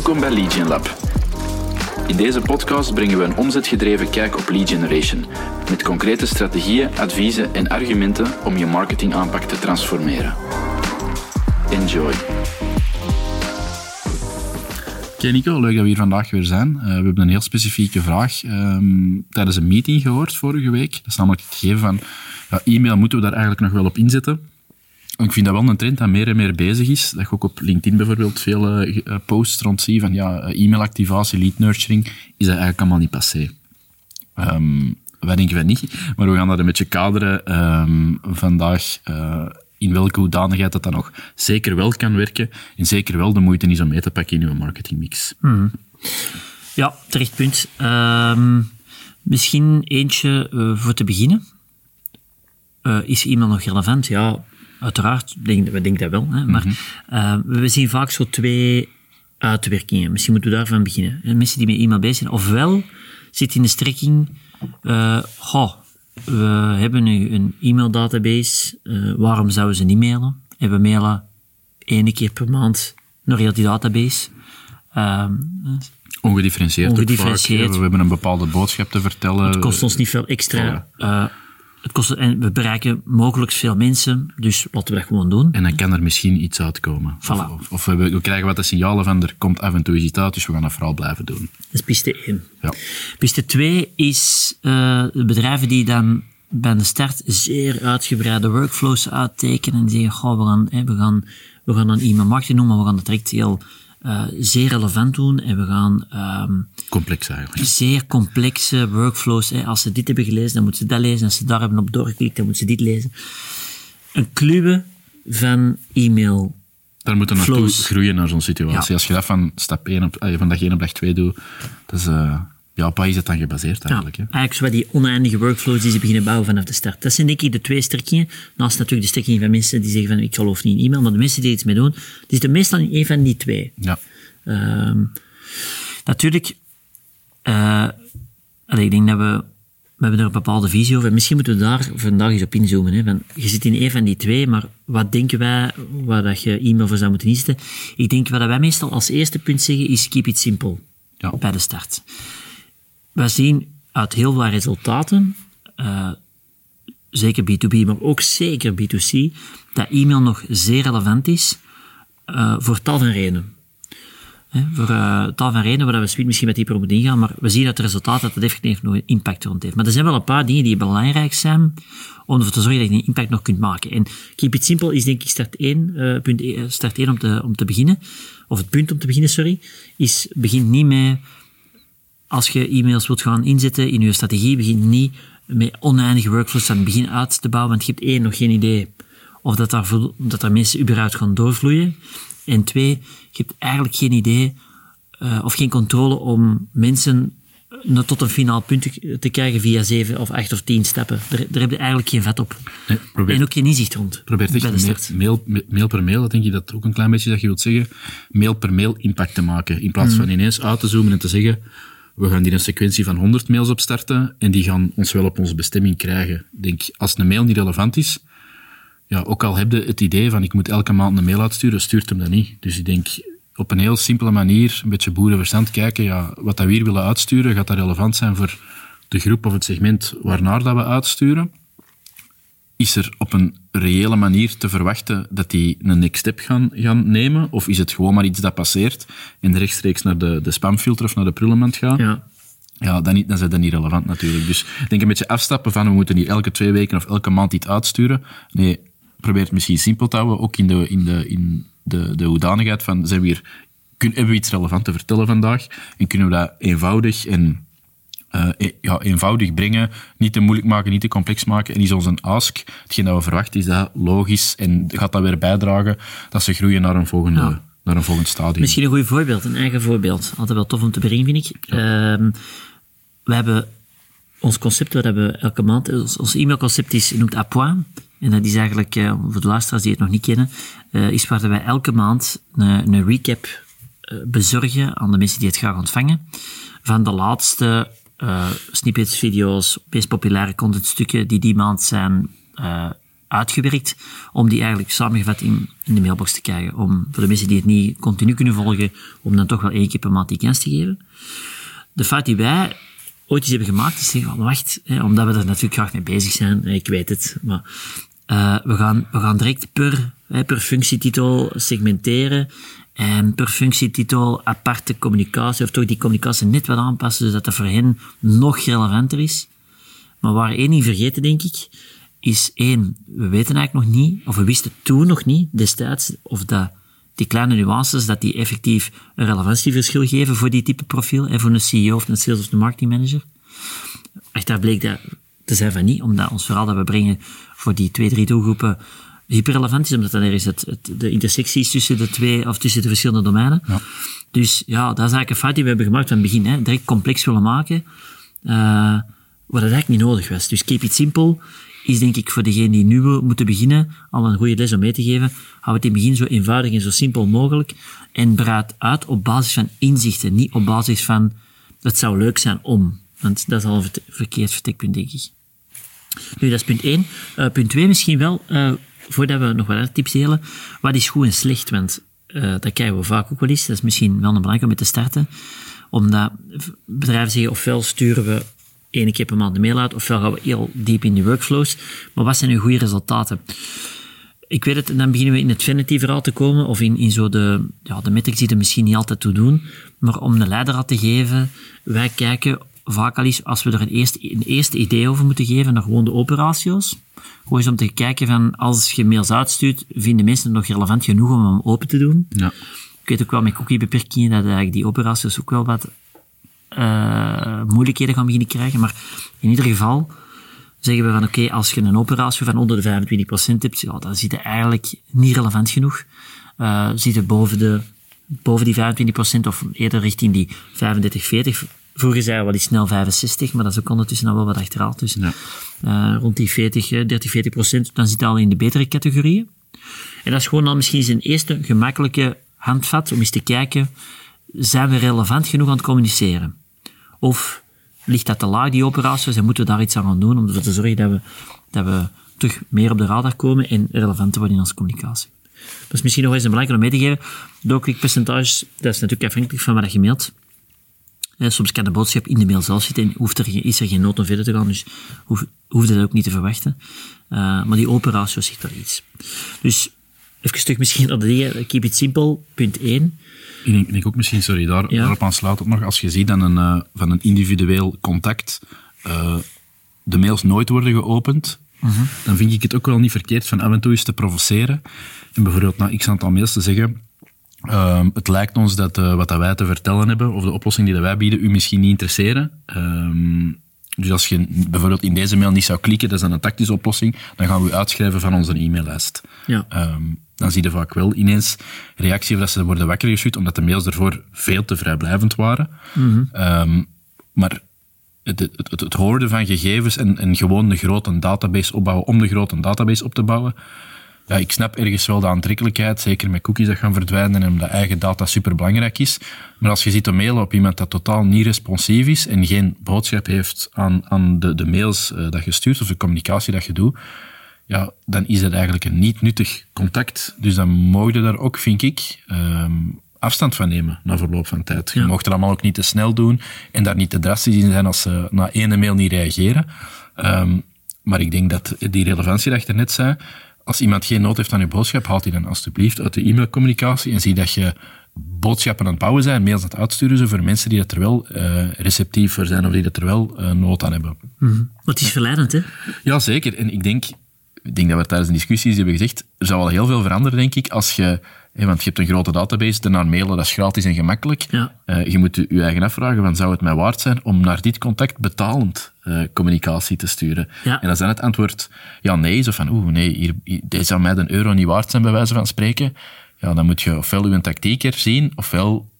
Welkom bij Lead Gen Lab. In deze podcast brengen we een omzetgedreven kijk op lead generation, met concrete strategieën, adviezen en argumenten om je marketingaanpak te transformeren. Enjoy. Oké, Nico, leuk dat we hier vandaag weer zijn. We hebben een heel specifieke vraag tijdens een meeting gehoord vorige week. Dat is namelijk het gegeven van e-mail, moeten we daar eigenlijk nog wel op inzetten? Ik vind dat wel een trend dat meer en meer bezig is. Dat je ook op LinkedIn bijvoorbeeld veel posts rond ziet van e-mailactivatie, lead nurturing, is dat eigenlijk allemaal niet passé. Wij denken van niet, maar we gaan dat een beetje kaderen vandaag in welke hoedanigheid dat nog zeker wel kan werken en zeker wel de moeite is om mee te pakken in uw marketingmix. Mm. Ja, terecht punt. Misschien eentje voor te beginnen. Is e-mail nog relevant? Ja, uiteraard, we denken dat wel. Hè. Maar we zien vaak zo twee uitwerkingen. Misschien moeten we daarvan beginnen. Mensen die met e-mail bezig zijn. Ofwel zit in de strekking, we hebben nu een e-maildatabase, waarom zouden ze niet mailen? En we mailen 1 keer per maand naar heel die database. Ongedifferentieerd. We hebben een bepaalde boodschap te vertellen. Het kost ons niet veel extra. En we bereiken mogelijk veel mensen, dus laten we dat gewoon doen. En dan kan er misschien iets uitkomen. Voilà. Of we krijgen wat de signalen van, er komt af en toe iets uit, dus we gaan dat vooral blijven doen. Dat is piste 1. Ja. Piste 2 is de bedrijven die dan bij de start zeer uitgebreide workflows uittekenen en zeggen, we gaan een e-mail marketing doen, maar we gaan het direct heel zeer relevant doen en we gaan complex eigenlijk. Zeer complexe workflows. Als ze dit hebben gelezen, dan moeten ze dat lezen. Als ze daar hebben op doorgeklikt, dan moeten ze dit lezen. Een kluwe van e-mail. Daar moeten we naartoe groeien naar zo'n situatie. Ja. Als je dat van stap 1 van dag 1 op dag 2 doet, dat is, op wat is het dan gebaseerd eigenlijk? Ja, eigenlijk zo die oneindige workflows die ze beginnen bouwen vanaf de start. Dat zijn denk ik de 2 strekkingen. Naast natuurlijk de strekking van mensen die zeggen van ik geloof niet in e-mail, maar de mensen die er iets mee doen, die zitten meestal in 1 van die 2. Ja. Natuurlijk, ik denk dat we hebben er een bepaalde visie over. Misschien moeten we daar vandaag eens op inzoomen. Hè. Van, je zit in 1 van die 2, maar wat denken wij waar dat je e-mail voor zou moeten inzetten? Ik denk wat wij meestal als eerste punt zeggen is keep it simple bij de start. We zien uit heel veel resultaten, zeker B2B, maar ook zeker B2C, dat e-mail nog zeer relevant is voor tal van redenen. Voor tal van redenen waar we misschien wat dieper op moeten ingaan, maar we zien uit het resultaat dat het effectief nog een impact rond heeft. Maar er zijn wel een paar dingen die belangrijk zijn om ervoor te zorgen dat je een impact nog kunt maken. En keep it simple is denk ik start 1 om te beginnen, of het punt om te beginnen, is begin niet met, als je e-mails wilt gaan inzetten in je strategie, begin niet met oneindige workflows aan het begin uit te bouwen, want je hebt 1, nog geen idee of dat er mensen überhaupt gaan doorvloeien. En 2, je hebt eigenlijk geen idee of geen controle om mensen tot een finaal punt te krijgen via 7 of 8 of 10 stappen. Daar heb je eigenlijk geen vet op. Nee, en ook geen inzicht rond. Probeer echt mail per mail, dat denk ik dat ook een klein beetje dat je wilt zeggen, mail per mail impact te maken. In plaats van ineens uit te zoomen en te zeggen, we gaan hier een sequentie van 100 mails opstarten en die gaan ons wel op onze bestemming krijgen. Ik denk, als een mail niet relevant is, ook al heb je het idee van ik moet elke maand een mail uitsturen, stuurt hem dat niet. Dus ik denk, op een heel simpele manier, een beetje boerenverstand kijken, wat dat we hier willen uitsturen, gaat dat relevant zijn voor de groep of het segment waarnaar dat we uitsturen? Is er op een reële manier te verwachten dat die een next step gaan nemen? Of is het gewoon maar iets dat passeert en rechtstreeks naar de spamfilter of naar de prullenmand gaat? Dan is dat niet relevant natuurlijk. Dus ik denk een beetje afstappen van we moeten niet elke 2 weken of elke maand iets uitsturen. Nee, probeer het misschien simpel te houden, ook in de hoedanigheid van hebben we iets relevant te vertellen vandaag en kunnen we dat eenvoudig brengen, niet te moeilijk maken, niet te complex maken. En is ons een ask, hetgeen dat we verwachten, is dat logisch en gaat dat weer bijdragen dat ze groeien naar een volgend stadium. Misschien een goed voorbeeld, een eigen voorbeeld. Altijd wel tof om te brengen, vind ik. We hebben ons concept, wat hebben we elke maand, ons e-mailconcept noemt à point. En dat is eigenlijk, voor de luisteraars die het nog niet kennen, is waar wij elke maand een recap bezorgen aan de mensen die het graag ontvangen. Van de laatste snippets, video's, meest populaire contentstukken die maand zijn uitgewerkt om die eigenlijk samengevat in de mailbox te krijgen. Voor de mensen die het niet continu kunnen volgen, om dan toch wel 1 keer per maand die kans te geven. De fout die wij ooit eens hebben gemaakt, is te zeggen, wacht, omdat we er natuurlijk graag mee bezig zijn, ik weet het, maar we gaan direct per functietitel segmenteren en per functietitel aparte communicatie, of toch die communicatie net wat aanpassen, zodat dat voor hen nog relevanter is. Maar waar 1 niet vergeten, denk ik, is 1, we weten eigenlijk nog niet, of we wisten toen nog niet, destijds, of dat die kleine nuances, dat die effectief een relevantieverschil geven voor die type profiel, voor een CEO of een sales of een marketingmanager. Achteraf bleek dat te zijn van niet, omdat ons verhaal dat we brengen voor die 2-3 doelgroepen hyperrelevant is, omdat dan er is de intersecties tussen de 2 of tussen de verschillende domeinen. Ja. Dus ja, dat is eigenlijk een fout die we hebben gemaakt van het begin, direct complex willen maken, wat dat eigenlijk niet nodig was. Dus keep it simple is denk ik voor degene die nu moeten beginnen, al een goede les om mee te geven, hou het in het begin zo eenvoudig en zo simpel mogelijk en breid uit op basis van inzichten, niet op basis van het zou leuk zijn om. Want dat is al een verkeerd vertrekpunt, denk ik. Nu, dat is punt 1. Punt 2 misschien wel, voordat we nog wat tips delen, wat is goed en slecht? Want dat krijgen we vaak ook wel eens. Dat is misschien wel een belangrijk om mee te starten. Omdat bedrijven zeggen, ofwel sturen we 1 keer per maand de mail uit, ofwel gaan we heel diep in die workflows. Maar wat zijn nu goede resultaten? Ik weet het, en dan beginnen we in het vanity-verhaal te komen, of in zo de metrics die er misschien niet altijd toe doen. Maar om een leidraad te geven, wij kijken vaak al eens, als we er een eerste idee over moeten geven, naar gewoon de open ratio's. Gewoon eens om te kijken van, als je mails uitstuurt, vinden mensen het nog relevant genoeg om hem open te doen. Ja. Ik weet ook wel met cookie-beperkingen dat eigenlijk die open ratio's ook wel wat moeilijkheden gaan beginnen krijgen. Maar in ieder geval zeggen we van oké, als je een open ratio van onder de 25% hebt, ja, dan zit het eigenlijk niet relevant genoeg. Zit het boven die 25% of eerder richting die 35-40%. Vroeger zei we wel eens snel 65, maar dat is ook ondertussen al wel wat achterhaald. Dus rond die 30-40%, dan zit het al in de betere categorieën. En dat is gewoon al misschien zijn eerste gemakkelijke handvat om eens te kijken, zijn we relevant genoeg aan het communiceren? Of ligt dat te laag, die operaties, en moeten we daar iets aan gaan doen om ervoor te zorgen dat we terug meer op de radar komen en relevanter worden in onze communicatie. Dat is misschien nog eens een belangrijk om mee te geven. Doorklikpercentage, dat is natuurlijk afhankelijk van wat je mailt. Soms kan de boodschap in de mail zelf zitten en is er geen nood om verder te gaan, dus hoeft dat ook niet te verwachten. Maar die open ratio zegt wel iets. Dus even terug misschien naar de dingen. Keep it simple, punt 1. Ik denk ook misschien, daarop aansluit ook nog, als je ziet dat van een individueel contact de mails nooit worden geopend, dan vind ik het ook wel niet verkeerd van af en toe eens te provoceren. En bijvoorbeeld na x aantal mails te zeggen, het lijkt ons dat wat dat wij te vertellen hebben, of de oplossing die dat wij bieden, u misschien niet interesseren. Dus als je bijvoorbeeld in deze mail niet zou klikken, dat is dan een tactische oplossing, dan gaan we u uitschrijven van onze e-maillijst. Ja. Dan zie je vaak wel ineens reactie of dat ze worden wakker geschud, omdat de mails ervoor veel te vrijblijvend waren. Maar het hoorden van gegevens en gewoon de grote database opbouwen om de grote database op te bouwen. Ja, ik snap ergens wel de aantrekkelijkheid, zeker met cookies dat gaan verdwijnen en omdat eigen data superbelangrijk is. Maar als je zit te mailen op iemand dat totaal niet responsief is en geen boodschap heeft aan de mails dat je stuurt of de communicatie dat je doet, ja, dan is het eigenlijk een niet nuttig contact. Dus dan mogen je daar ook, vind ik, afstand van nemen na verloop van tijd. Je mag het allemaal ook niet te snel doen en daar niet te drastisch in zijn als ze na ene mail niet reageren. Maar ik denk dat die relevantie dat je net zei, als iemand geen nood heeft aan je boodschap, haalt die dan alsjeblieft uit de e-mailcommunicatie en zie dat je boodschappen aan het bouwen zijn, mails aan het uitsturen zijn voor mensen die dat er wel receptief voor zijn of die dat er wel nood aan hebben. Het is verleidend, hè? Ja, zeker. En ik denk dat we tijdens de discussies hebben gezegd, er zou wel heel veel veranderen, denk ik, als je, want je hebt een grote database, daarna mailen, dat is gratis en gemakkelijk. Ja. Je moet je eigen afvragen, van zou het mij waard zijn om naar dit contact betalend communicatie te sturen? Ja. En als dan het antwoord ja, nee is, of van deze zou mij €1 niet waard zijn, bij wijze van spreken, ja, dan moet je ofwel uw tactiek herzien, ofwel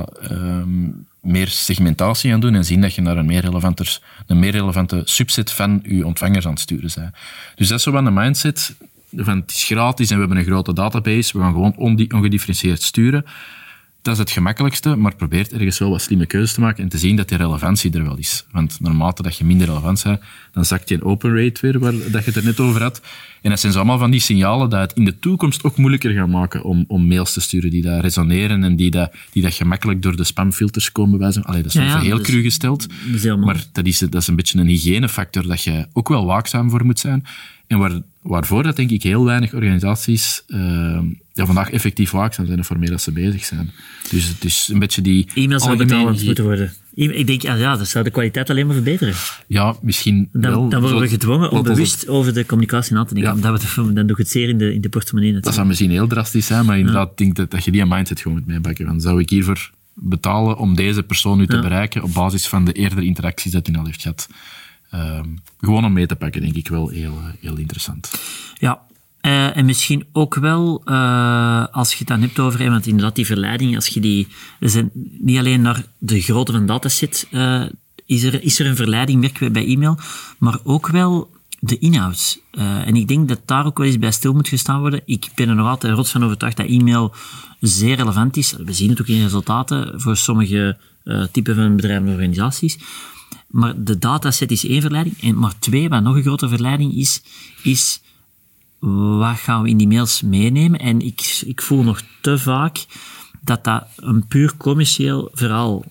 meer segmentatie gaan doen en zien dat je naar een meer relevante subset van je ontvangers aan het sturen bent. Dus dat is zo van de mindset van het is gratis en we hebben een grote database, we gaan gewoon ongedifferentieerd sturen. dat is het gemakkelijkste, maar probeer ergens wel wat slimme keuzes te maken en te zien dat die relevantie er wel is. Want naarmate dat je minder relevant bent, dan zakt je een open rate weer, waar dat je het er net over had. En dat zijn zo allemaal van die signalen dat het in de toekomst ook moeilijker gaat maken om mails te sturen die daar resoneren en die dat gemakkelijk door de spamfilters komen. Dat is even heel cru gesteld. Maar dat is een beetje een hygiënefactor dat je ook wel waakzaam voor moet zijn. En waarvoor dat denk ik heel weinig organisaties vandaag effectief waakzaam zijn en waarmee dat ze bezig zijn. Dus het is een beetje die... E-mails zou betalend moeten worden. Ik denk, dat zou de kwaliteit alleen maar verbeteren. Ja, misschien wel. Dan worden we gedwongen om bewust over de communicatie na te denken. Ja. Dan doe ik het zeer in de portemonnee. Dat zou misschien heel drastisch zijn, maar inderdaad denk dat je die mindset gewoon moet meepakken. Dan zou ik hiervoor betalen om deze persoon nu te bereiken op basis van de eerdere interacties dat hij al heeft gehad. Gewoon om mee te pakken, denk ik wel heel, heel interessant. Ja, en misschien ook wel, als je het dan hebt over, want inderdaad die verleiding, als je die, niet alleen naar de grootte van dataset is er een verleiding, merken we bij e-mail, maar ook wel de inhoud. En ik denk dat daar ook wel eens bij stil moet gestaan worden. Ik ben er nog altijd rots van overtuigd dat e-mail zeer relevant is. We zien het ook in resultaten voor sommige typen van bedrijven en organisaties. Maar de dataset is één verleiding. Maar twee, wat nog een grote verleiding is wat gaan we in die mails meenemen? En ik voel nog te vaak dat een puur commercieel verhaal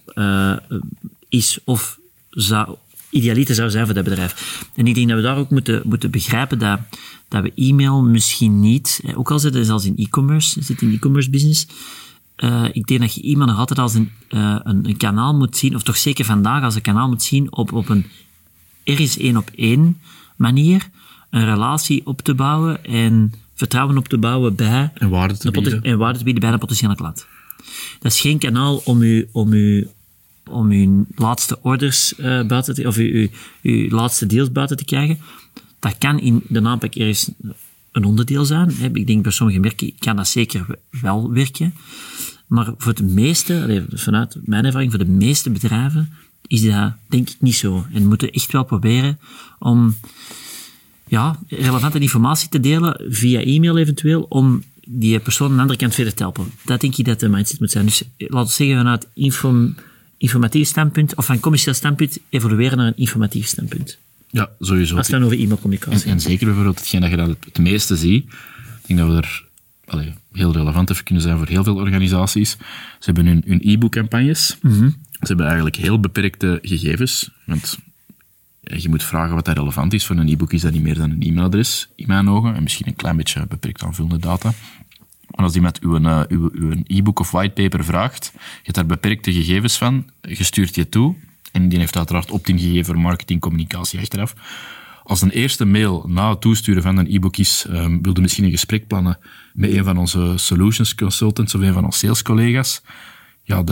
is of idealiter zou zijn voor dat bedrijf. En ik denk dat we daar ook moeten begrijpen dat we e-mail misschien niet, ook al zit het zelfs in e-commerce business, ik denk dat je e-mail nog altijd als een kanaal moet zien, of toch zeker vandaag als een kanaal moet zien op een ergens 1-op-1 manier, een relatie op te bouwen en vertrouwen op te bouwen bij en waarde te bieden bij een potentiële klant. Dat is geen kanaal om uw laatste orders buiten te, of uw laatste deals buiten te krijgen. Dat kan in de aanpak ergens een onderdeel zijn. Ik denk bij sommige merken kan dat zeker wel werken. Maar voor de meeste, vanuit mijn ervaring, voor de meeste bedrijven is dat denk ik niet zo. En we moeten echt wel proberen om relevante informatie te delen via e-mail eventueel, om die persoon aan de andere kant verder te helpen. Dat denk ik dat de mindset moet zijn. Dus laten we zeggen vanuit informatief standpunt of van commercieel standpunt evolueren naar een informatief standpunt. Ja, sowieso. Als het dan over e-mailcommunicatie. En zeker bijvoorbeeld hetgeen dat je dat het meeste ziet. Ik denk dat we er heel relevant even kunnen zijn voor heel veel organisaties. Ze hebben hun e-book-campagnes. Mm-hmm. Ze hebben eigenlijk heel beperkte gegevens. Want je moet vragen wat dat relevant is. Voor een e-book is dat niet meer dan een e-mailadres, in mijn ogen. En misschien een klein beetje beperkt aanvullende data. Maar als iemand uw e-book of whitepaper vraagt, je hebt daar beperkte gegevens van, je stuurt je toe, en die heeft uiteraard opt-in gegeven voor marketingcommunicatie achteraf. Als een eerste mail na het toesturen van een e-book is, wilde misschien een gesprek plannen met een van onze solutions consultants of een van onze salescollega's, ja,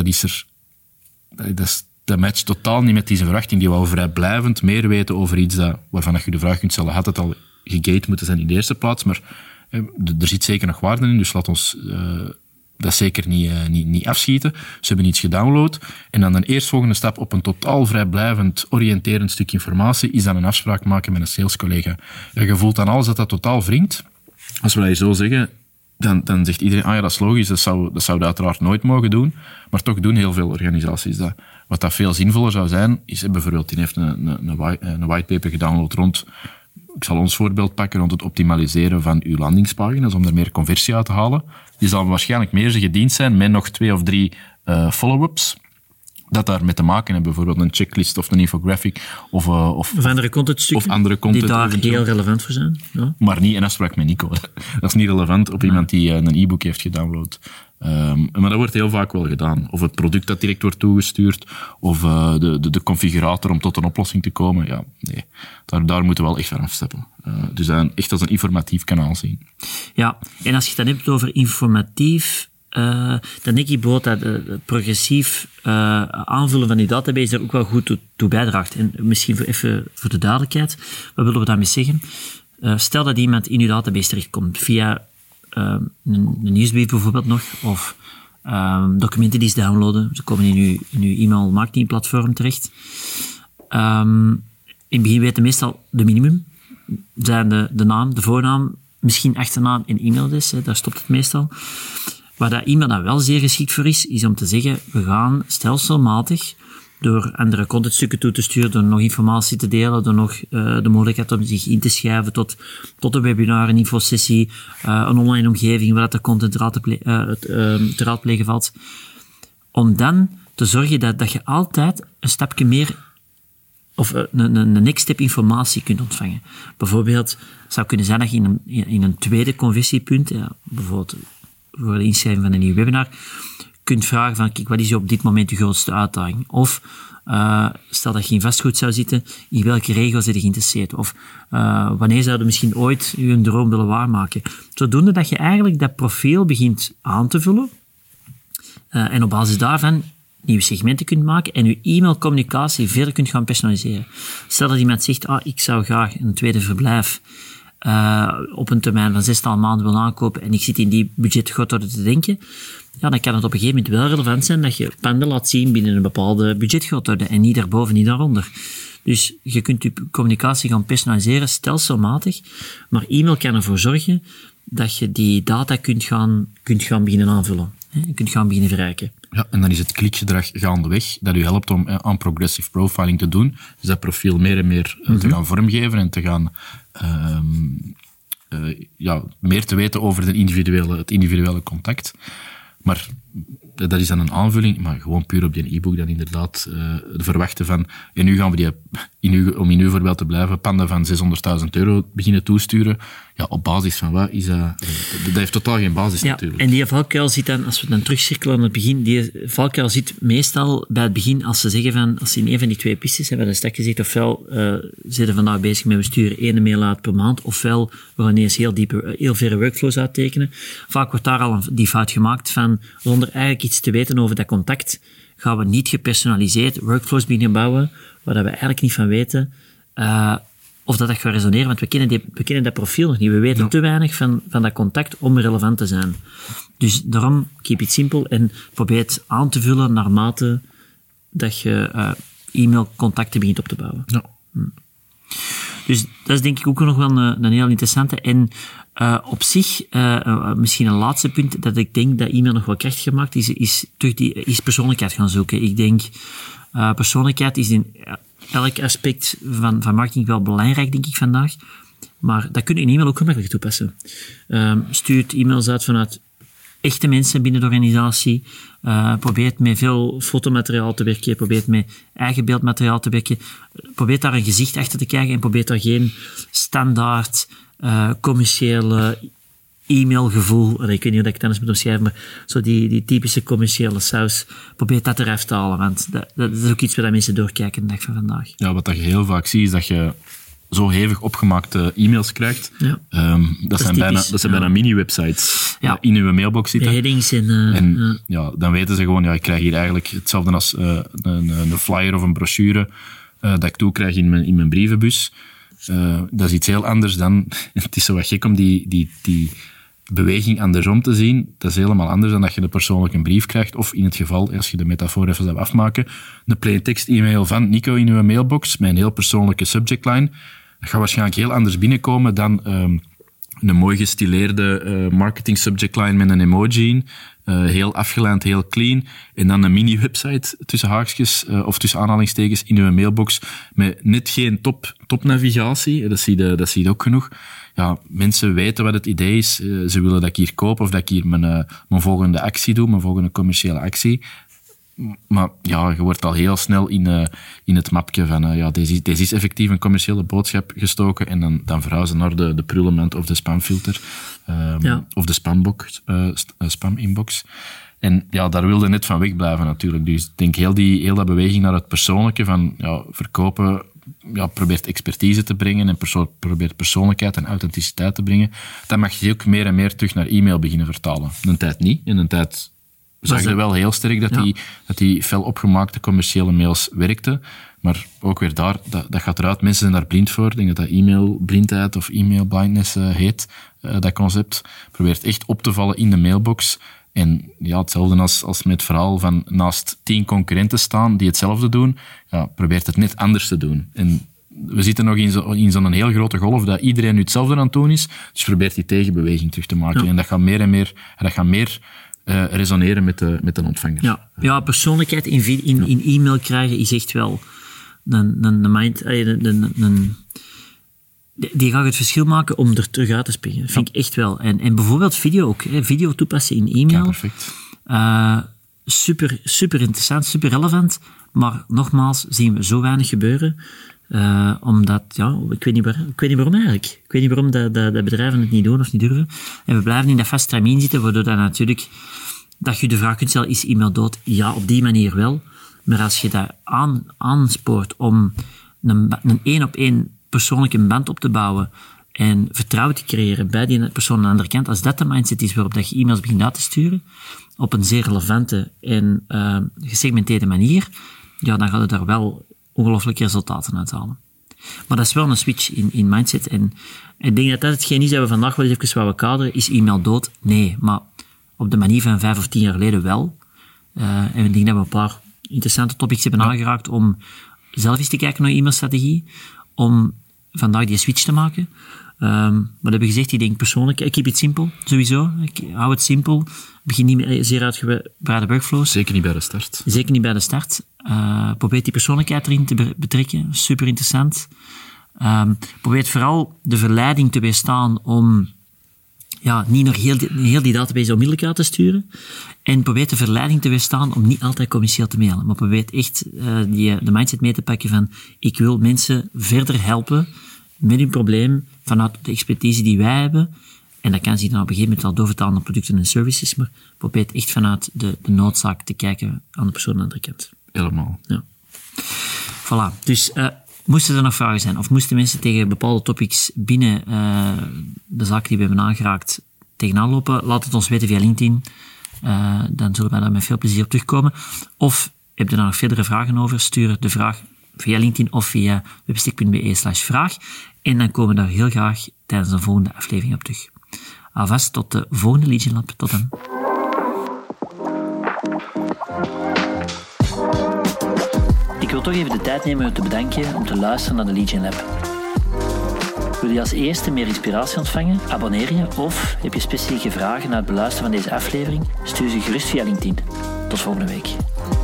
dat matcht totaal niet met die verwachting. Die wil vrijblijvend meer weten over iets waarvan je de vraag kunt stellen, had het al gegate moeten zijn in de eerste plaats, maar er zit zeker nog waarde in, dus laat ons dat zeker niet afschieten. Ze hebben iets gedownload en dan een eerstvolgende stap op een totaal vrijblijvend, oriënterend stuk informatie is dan een afspraak maken met een salescollega. Je voelt dan alles dat totaal wringt. Als we dat hier zo zeggen, dan zegt iedereen, dat is logisch, dat zou uiteraard nooit mogen doen, maar toch doen heel veel organisaties dat. Wat dat veel zinvoller zou zijn, is bijvoorbeeld, die heeft een whitepaper gedownload rond, ik zal ons voorbeeld pakken, rond het optimaliseren van uw landingspagina's, om er meer conversie uit te halen. Die zal waarschijnlijk meer gediend zijn met nog 2 of 3 follow-ups, dat daarmee te maken hebben, bijvoorbeeld een checklist of een infographic of andere contentstukken die daar heel relevant voor zijn. Ja. Maar niet een afspraak met Nico. Dat is niet relevant op iemand die een e-book heeft gedownload. Maar dat wordt heel vaak wel gedaan. Of het product dat direct wordt toegestuurd, of de configurator om tot een oplossing te komen. Ja, nee. Daar moeten we wel echt van afstappen. Dus dan echt als een informatief kanaal zien. Ja, en als je het dan hebt over informatief, dan denk ik bijvoorbeeld dat het progressief aanvullen van die database er ook wel goed toe bijdraagt. En misschien even voor de duidelijkheid, wat willen we daarmee zeggen? Stel dat iemand in uw database terechtkomt via een nieuwsbrief bijvoorbeeld nog, of documenten die ze downloaden. Ze komen in uw e-mail marketingplatform terecht. In het begin weten meestal de minimum. Zijn de naam, de voornaam, misschien achternaam en e-mailadres. Daar stopt het meestal. Waar dat e-mail dan wel zeer geschikt voor is om te zeggen, we gaan stelselmatig, door andere contentstukken toe te sturen, door nog informatie te delen, door nog de mogelijkheid om zich in te schrijven tot een webinar, een infosessie, een online omgeving waar de content te raadplegen valt. Om dan te zorgen dat je altijd een stapje meer of een next step informatie kunt ontvangen. Bijvoorbeeld, het zou kunnen zijn dat je in een tweede conversiepunt, bijvoorbeeld voor de inschrijving van een nieuw webinar, kunt vragen van, kijk, wat is op dit moment je grootste uitdaging? Of, stel dat je in vastgoed zou zitten, in welke regio zit je geïnteresseerd? Of, wanneer zou je misschien ooit je droom willen waarmaken? Zodoende dat je eigenlijk dat profiel begint aan te vullen, en op basis daarvan nieuwe segmenten kunt maken en je e-mailcommunicatie verder kunt gaan personaliseren. Stel dat iemand zegt, ik zou graag een tweede verblijf op een termijn van 6 maanden willen aankopen en ik zit in die budgetgrootorde te denken, dan kan het op een gegeven moment wel relevant zijn dat je panden laat zien binnen een bepaalde budgetgrootorde en niet daarboven, niet daaronder. Dus je kunt je communicatie gaan personaliseren stelselmatig, maar e-mail kan ervoor zorgen dat je die data kunt gaan beginnen aanvullen. Je kunt gaan beginnen verrijken. Ja, en dan is het klikgedrag gaandeweg dat u helpt om aan progressive profiling te doen. Dus dat profiel meer en meer te gaan vormgeven en te gaan meer te weten over het individuele contact. Maar dat is dan een aanvulling, maar gewoon puur op die e-book dan inderdaad verwachten van, en nu gaan we om in uw voorbeeld te blijven, panden van €600.000 beginnen toesturen. Ja, op basis van wat is dat? Dat heeft totaal geen basis natuurlijk. En die valkuil zit dan, als we dan terugcirkelen aan het begin, die valkuil zit meestal bij het begin als ze zeggen van, als ze in een van die twee pistes hebben, dat straks gezegd, ofwel zijn ze vandaag bezig met we sturen 1 mail uit per maand, ofwel we gaan eens heel verre workflows uittekenen. Vaak wordt daar al die fout gemaakt van, zonder eigenlijk iets te weten over dat contact, gaan we niet gepersonaliseerd workflows beginnen bouwen, waar we eigenlijk niet van weten of dat gaat resoneren, want we kennen dat profiel nog niet. We weten te weinig van dat contact om relevant te zijn. Dus daarom, keep it simple en probeer het aan te vullen naarmate dat je e-mailcontacten begint op te bouwen. Ja. Dus dat is denk ik ook nog wel een heel interessante. En op zich, misschien een laatste punt dat ik denk dat e-mail nog wel krachtiger maakt, is persoonlijkheid gaan zoeken. Ik denk, persoonlijkheid is in elk aspect van marketing wel belangrijk, denk ik, vandaag. Maar dat kun je in e-mail ook gemakkelijk toepassen. Stuurt e-mails uit vanuit echte mensen binnen de organisatie. Probeert met veel fotomateriaal te werken. Probeert met eigen beeldmateriaal te werken. Probeert daar een gezicht achter te krijgen en probeert daar geen standaard commerciële e-mailgevoel, ik weet niet hoe ik het anders moet omschrijven, maar zo die typische commerciële saus, probeer dat eraf te halen, want dat is ook iets waar mensen doorkijken de dag van vandaag. Ja, wat je heel vaak ziet, is dat je zo hevig opgemaakte e-mails krijgt. Ja. Dat zijn bijna mini-websites in uw mailbox zitten. Headings dan weten ze gewoon, ik krijg hier eigenlijk hetzelfde als een flyer of een brochure dat ik toekrijg in mijn brievenbus. Dat is iets heel anders dan... Het is zo wat gek om die beweging andersom te zien. Dat is helemaal anders dan dat je persoonlijk een brief krijgt. Of in het geval, als je de metafoor even zou afmaken, een plain text e-mail van Nico in uw mailbox met een heel persoonlijke subject line. Dat gaat waarschijnlijk heel anders binnenkomen dan een mooi gestileerde marketing subject line met een emoji in. Heel afgeleid, heel clean. En dan een mini-website tussen haakjes of tussen aanhalingstekens in uw mailbox met net geen topnavigatie. Dat zie je ook genoeg. Ja, mensen weten wat het idee is. Ze willen dat ik hier koop of dat ik hier mijn volgende actie doe, mijn volgende commerciële actie. Maar ja, je wordt al heel snel in het mapje van deze is effectief een commerciële boodschap gestoken en dan verhuizen naar de prullenmand of de spamfilter of de spam-inbox. En ja, daar wilde net van wegblijven natuurlijk. Dus ik denk heel dat beweging naar het persoonlijke van verkopen, probeert expertise te brengen en probeert persoonlijkheid en authenticiteit te brengen. Dan mag je ook meer en meer terug naar e-mail beginnen vertalen. Een tijd niet, in een tijd zag je wel heel sterk dat die fel opgemaakte commerciële mails werkten. Maar ook weer daar, dat gaat eruit. Mensen zijn daar blind voor. Ik denk dat e-mailblindheid of e-mailblindness heet, dat concept. Probeert echt op te vallen in de mailbox. En ja, hetzelfde als met het verhaal van naast 10 concurrenten staan die hetzelfde doen, probeert het net anders te doen. En we zitten nog in zo'n heel grote golf dat iedereen nu hetzelfde aan het doen is. Dus probeert die tegenbeweging terug te maken. Ja. En dat gaat meer en meer... resoneren met de ontvanger. Ja, persoonlijkheid in e-mail krijgen is echt wel een mind... Die gaat het verschil maken om er terug uit te springen. Dat vind ik echt wel. En bijvoorbeeld video ook. Video toepassen in e-mail. Ja, perfect. Super interessant, super relevant. Maar nogmaals, zien we zo weinig gebeuren. Omdat, ik weet niet waarom eigenlijk. Ik weet niet waarom de bedrijven het niet doen of niet durven. En we blijven in dat vast stramien zitten, waardoor dat natuurlijk... Dat je de vraag kunt stellen, is e-mail dood? Ja, op die manier wel. Maar als je dat aanspoort om een 1-op-1 persoonlijke band op te bouwen en vertrouwen te creëren bij die persoon aan de andere kant, als dat de mindset is waarop dat je e-mails begint uit te sturen, op een zeer relevante en gesegmenteerde manier, dan gaat het daar wel ongelooflijke resultaten uit halen. Maar dat is wel een switch in mindset. En ik denk dat dat hetgeen is dat we vandaag wel eens even wat kaderen. Is e-mail dood? Nee, maar op de manier van 5 of 10 jaar geleden wel. En ik denk dat we een paar interessante topics hebben aangeraakt om zelf eens te kijken naar e-mailstrategie, om vandaag die switch te maken. Wat heb ik gezegd? Ik denk persoonlijk, ik keep it simple, sowieso. Ik hou het simpel. Begin niet met zeer uitgebreide workflows. Zeker niet bij de start. Zeker niet bij de start. Probeer die persoonlijkheid erin te betrekken. Super interessant. Probeer vooral de verleiding te weerstaan om niet nog heel die database onmiddellijk uit te sturen. En probeer de verleiding te weerstaan om niet altijd commercieel te mailen. Maar probeer echt de mindset mee te pakken van ik wil mensen verder helpen met hun probleem vanuit de expertise die wij hebben. En dat kan zich dan op een gegeven moment wel doorvertalen naar producten en services, maar probeer echt vanuit de noodzaak te kijken aan de persoon aan de andere kant. Helemaal. Ja. Voilà. Dus moesten er nog vragen zijn, of moesten mensen tegen bepaalde topics binnen de zaken die we hebben aangeraakt tegenaan lopen, laat het ons weten via LinkedIn. Dan zullen wij daar met veel plezier op terugkomen. Of heb je daar nog verdere vragen over, stuur de vraag via LinkedIn of via webstick.be/vraag. En dan komen we daar heel graag tijdens de volgende aflevering op terug. Alvast tot de volgende Legion Lab. Tot dan. Ik wil toch even de tijd nemen om te bedanken om te luisteren naar de Legion Lab. Wil je als eerste meer inspiratie ontvangen? Abonneer je of heb je specifieke vragen na het beluisteren van deze aflevering? Stuur ze gerust via LinkedIn. Tot volgende week.